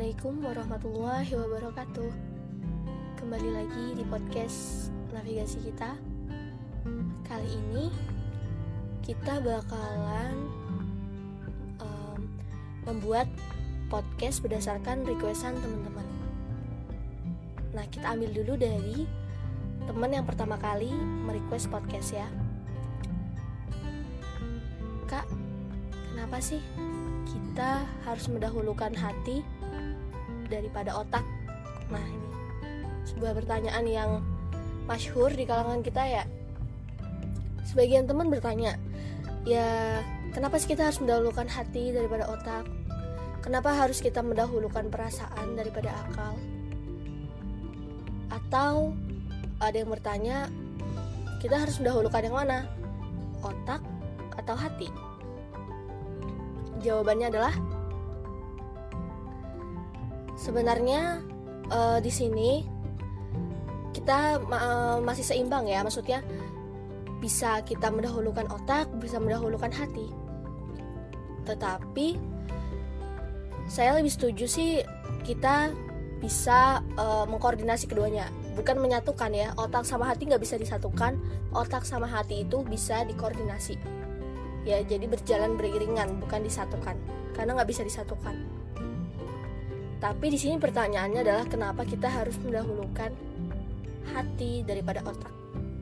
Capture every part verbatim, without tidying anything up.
Assalamualaikum warahmatullahi wabarakatuh. Kembali lagi di podcast navigasi kita. Kali ini kita bakalan um, membuat podcast berdasarkan requestan teman-teman. Nah, kita ambil dulu dari teman yang pertama kali merequest podcast ya. Kak, kenapa sih kita harus mendahulukan hati daripada otak? Nah, ini sebuah pertanyaan yang masyhur di kalangan kita ya. Sebagian teman bertanya, ya kenapa sih kita harus mendahulukan hati daripada otak? Kenapa harus kita mendahulukan perasaan daripada akal? Atau ada yang bertanya, kita harus mendahulukan yang mana? Otak atau hati? Jawabannya adalah sebenarnya uh, di sini kita uh, masih seimbang ya, maksudnya bisa kita mendahulukan otak, bisa mendahulukan hati. Tetapi saya lebih setuju sih kita bisa uh, mengkoordinasi keduanya, bukan menyatukan ya. Otak sama hati nggak bisa disatukan, otak sama hati itu bisa dikoordinasi. Ya, jadi berjalan beriringan, bukan disatukan, karena nggak bisa disatukan. Tapi di sini pertanyaannya adalah kenapa kita harus mendahulukan hati daripada otak?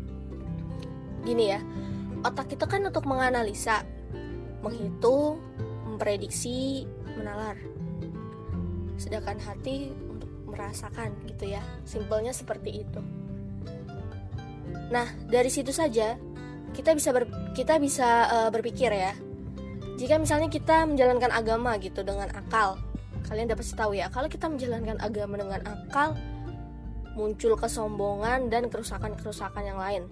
Gini ya, otak itu kan untuk menganalisa, menghitung, memprediksi, menalar. Sedangkan hati untuk merasakan gitu ya. Simpelnya seperti itu. Nah, dari situ saja kita bisa ber, kita bisa uh, berpikir ya. Jika misalnya kita menjalankan agama gitu dengan akal, kalian dapat tahu ya, kalau kita menjalankan agama dengan akal, muncul kesombongan dan kerusakan-kerusakan yang lain.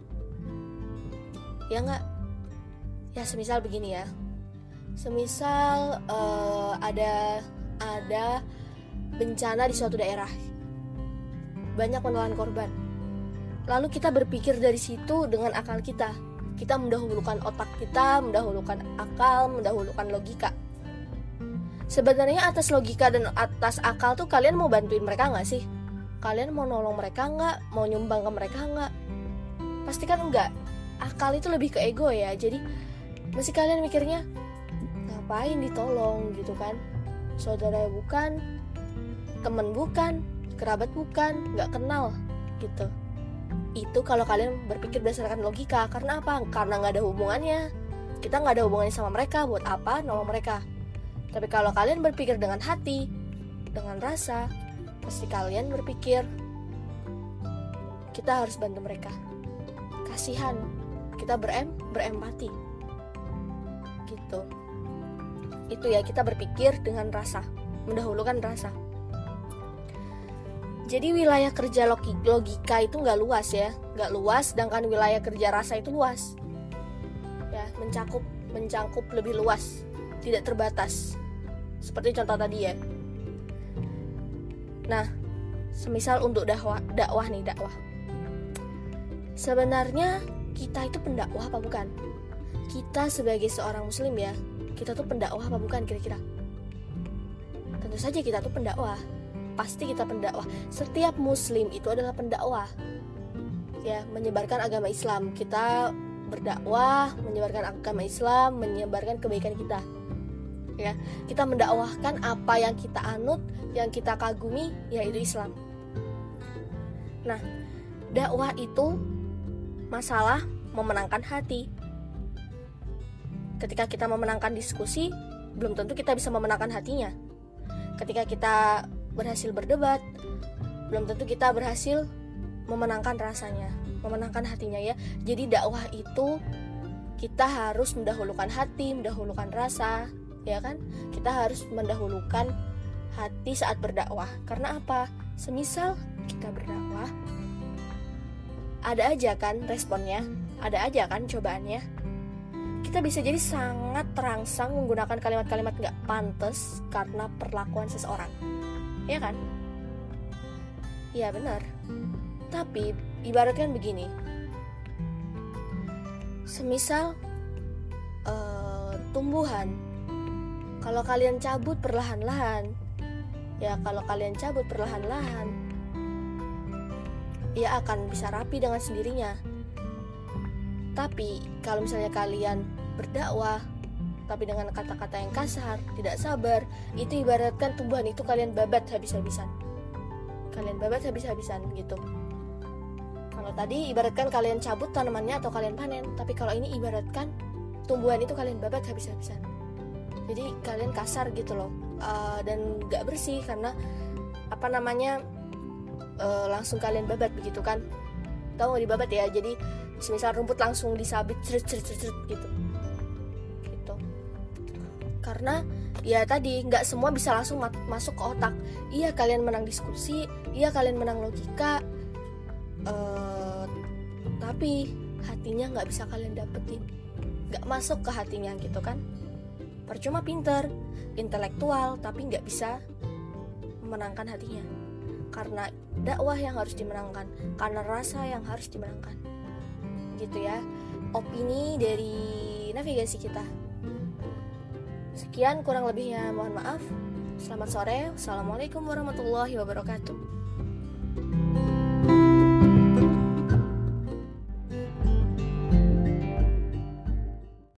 Ya enggak? Ya semisal begini ya. Semisal uh, ada ada bencana di suatu daerah, banyak menelan korban. Lalu kita berpikir dari situ dengan akal kita. Kita mendahulukan otak kita, mendahulukan akal, mendahulukan logika. Sebenarnya atas logika dan atas akal tuh kalian mau bantuin mereka gak sih? Kalian mau nolong mereka gak? Mau nyumbang ke mereka gak? Pasti kan enggak. Akal itu lebih ke ego ya. Jadi mesti kalian mikirnya, ngapain ditolong gitu kan? Saudara bukan, teman bukan, kerabat bukan, gak kenal gitu. Itu kalau kalian berpikir berdasarkan logika. Karena apa? Karena gak ada hubungannya. Kita gak ada hubungannya sama mereka. Buat apa nolong mereka? Tapi kalau kalian berpikir dengan hati, dengan rasa, pasti kalian berpikir kita harus bantu mereka. Kasihan. Kita berem, berempati gitu. Itu ya, kita berpikir dengan rasa, mendahulukan rasa. Jadi wilayah kerja logika itu nggak luas ya, nggak luas. Sedangkan wilayah kerja rasa itu luas, ya, mencakup mencakup lebih luas, tidak terbatas. Seperti contoh tadi ya. Nah, semisal untuk dakwah, dakwah nih dakwah. Sebenarnya kita itu pendakwah apa bukan? Kita sebagai seorang muslim ya, kita tuh pendakwah apa bukan kira-kira? Tentu saja kita tuh pendakwah. Pasti kita pendakwah. Setiap muslim itu adalah pendakwah. Ya, menyebarkan agama Islam. Kita berdakwah, menyebarkan agama Islam, menyebarkan kebaikan kita. Ya, kita mendakwahkan apa yang kita anut, yang kita kagumi, yaitu Islam. Nah, dakwah itu masalah memenangkan hati. Ketika kita memenangkan diskusi, belum tentu kita bisa memenangkan hatinya. Ketika kita berhasil berdebat, belum tentu kita berhasil memenangkan rasanya, memenangkan hatinya ya. Jadi dakwah itu kita harus mendahulukan hati, mendahulukan rasa, ya kan? Kita harus mendahulukan hati saat berdakwah. Karena apa? Semisal kita berdakwah, ada aja kan responnya, ada aja kan cobaannya. Kita bisa jadi sangat terangsang menggunakan kalimat-kalimat gak pantas karena perlakuan seseorang. Ya kan? Iya benar. Tapi ibaratkan begini. Semisal uh, tumbuhan, kalau kalian cabut perlahan-lahan, Ya kalau kalian cabut perlahan-lahan, ia akan bisa rapi dengan sendirinya. Tapi kalau misalnya kalian berdakwah tapi dengan kata-kata yang kasar, tidak sabar, itu ibaratkan tumbuhan itu kalian babat habis-habisan. Kalian babat habis-habisan gitu. Kalau tadi ibaratkan kalian cabut tanamannya atau kalian panen, tapi kalau ini ibaratkan tumbuhan itu kalian babat habis-habisan. Jadi kalian kasar gitu loh, uh, dan gak bersih karena apa namanya uh, langsung kalian babat begitu kan? Tahu nggak dibabat ya? Jadi misal rumput langsung disabit ceret ceret ceret gitu. Gitu. Karena ya tadi nggak semua bisa langsung mat- masuk ke otak. Iya kalian menang diskusi, iya kalian menang logika, uh, tapi hatinya nggak bisa kalian dapetin, nggak masuk ke hatinya gitu kan? Percuma pinter, intelektual, tapi nggak bisa memenangkan hatinya. Karena dakwah yang harus dimenangkan, karena rasa yang harus dimenangkan. Gitu ya, opini dari navigasi kita. Sekian kurang lebihnya, mohon maaf. Selamat sore, wassalamualaikum warahmatullahi wabarakatuh.